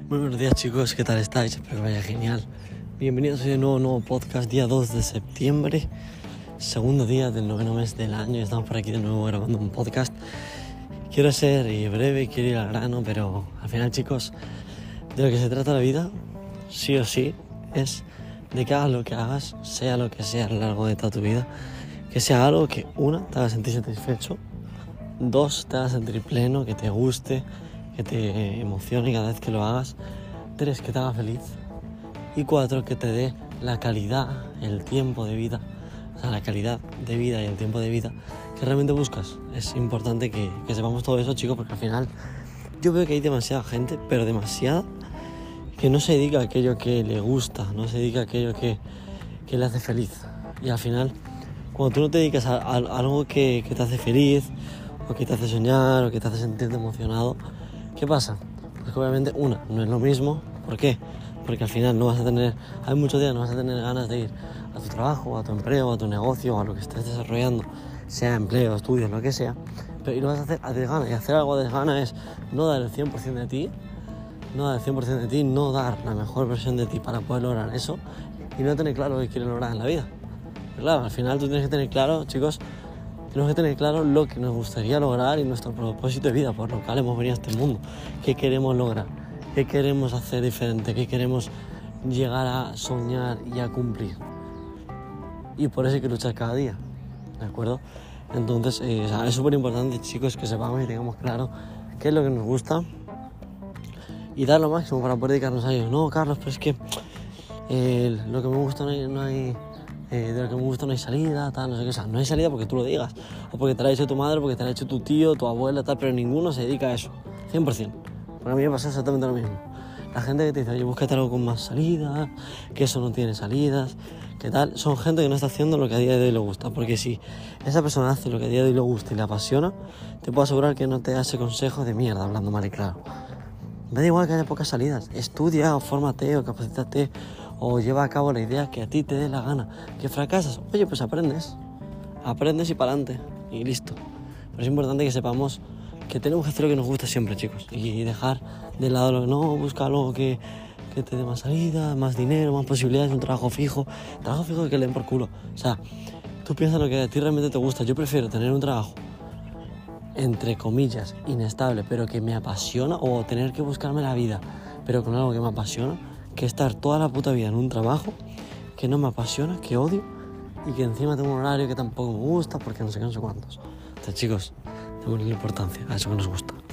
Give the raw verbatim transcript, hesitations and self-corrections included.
Muy buenos días, chicos, ¿qué tal estáis? Espero que vaya genial. Bienvenidos a un nuevo, nuevo podcast, día dos de septiembre, segundo día del noveno mes del año. Estamos por aquí de nuevo grabando un podcast. Quiero ser breve, quiero ir al grano, pero al final, chicos, de lo que se trata la vida, sí o sí, es de que hagas lo que hagas, sea lo que sea a lo largo de toda tu vida, que sea algo que, una, te haga sentir satisfecho, dos, te haga sentir pleno, que te guste, que te emocione cada vez que lo hagas, tres, que te haga feliz, y cuatro, que te dé la calidad, el tiempo de vida, o sea, la calidad de vida y el tiempo de vida que realmente buscas. Es importante que, que sepamos todo eso, chicos, porque al final yo veo que hay demasiada gente, pero demasiada, que no se dedica a aquello que le gusta, no se dedica a aquello que, que le hace feliz. Y al final, cuando tú no te dedicas a, a, a algo que, que te hace feliz, o que te hace soñar, o que te hace sentirte emocionado, ¿qué pasa? Pues que obviamente, una, no es lo mismo. ¿Por qué? Porque al final no vas a tener, hay muchos días no vas a tener ganas de ir a tu trabajo, a tu empleo, a tu negocio, a lo que estés desarrollando, sea empleo, estudios, lo que sea, pero y lo vas a hacer a desgana. Y hacer algo a desgana es no dar el cien por ciento de ti, no dar el cien por ciento de ti, no dar la mejor versión de ti para poder lograr eso y no tener claro lo que quieres lograr en la vida. Pero claro, al final tú tienes que tener claro, chicos, tenemos que tener claro lo que nos gustaría lograr y nuestro propósito de vida, por lo cual hemos venido a este mundo. ¿Qué queremos lograr? ¿Qué queremos hacer diferente? ¿Qué queremos llegar a soñar y a cumplir? Y por eso hay que luchar cada día, ¿de acuerdo? Entonces, eh, o sea, es súper importante, chicos, que sepamos y tengamos claro qué es lo que nos gusta y dar lo máximo para poder dedicarnos a ello. No, Carlos, pero es que eh, lo que me gusta no hay... No hay Eh, de lo que me gusta no hay salida, tal, no sé qué, o sea, no hay salida porque tú lo digas, o porque te la ha hecho tu madre, porque te la ha hecho tu tío, tu abuela, tal, pero ninguno se dedica a eso, cien por ciento, porque a mí me pasa exactamente lo mismo. La gente que te dice, oye, búscate algo con más salida, que eso no tiene salidas, que tal, son gente que no está haciendo lo que a día de hoy le gusta, porque si esa persona hace lo que a día de hoy le gusta y le apasiona, te puedo asegurar que no te hace consejos de mierda, hablando mal y claro. Me da igual que haya pocas salidas, estudia o fórmate o capacítate o lleva a cabo la idea que a ti te dé la gana. Que fracasas, oye, pues aprendes, aprendes y para adelante y listo. Pero es importante que sepamos que tenemos que hacer lo que nos gusta siempre, chicos, y dejar de lado lo que no, busca algo que, que te dé más salida, más dinero, más posibilidades, un trabajo fijo, trabajo fijo que le den por culo. O sea, tú piensas lo que a ti realmente te gusta. Yo prefiero tener un trabajo entre comillas, inestable, pero que me apasiona, o tener que buscarme la vida, pero con algo que me apasiona, que estar toda la puta vida en un trabajo que no me apasiona, que odio, y que encima tengo un horario que tampoco me gusta, porque no sé qué, no sé cuántos. Entonces, chicos, tengo una importancia a eso que nos gusta.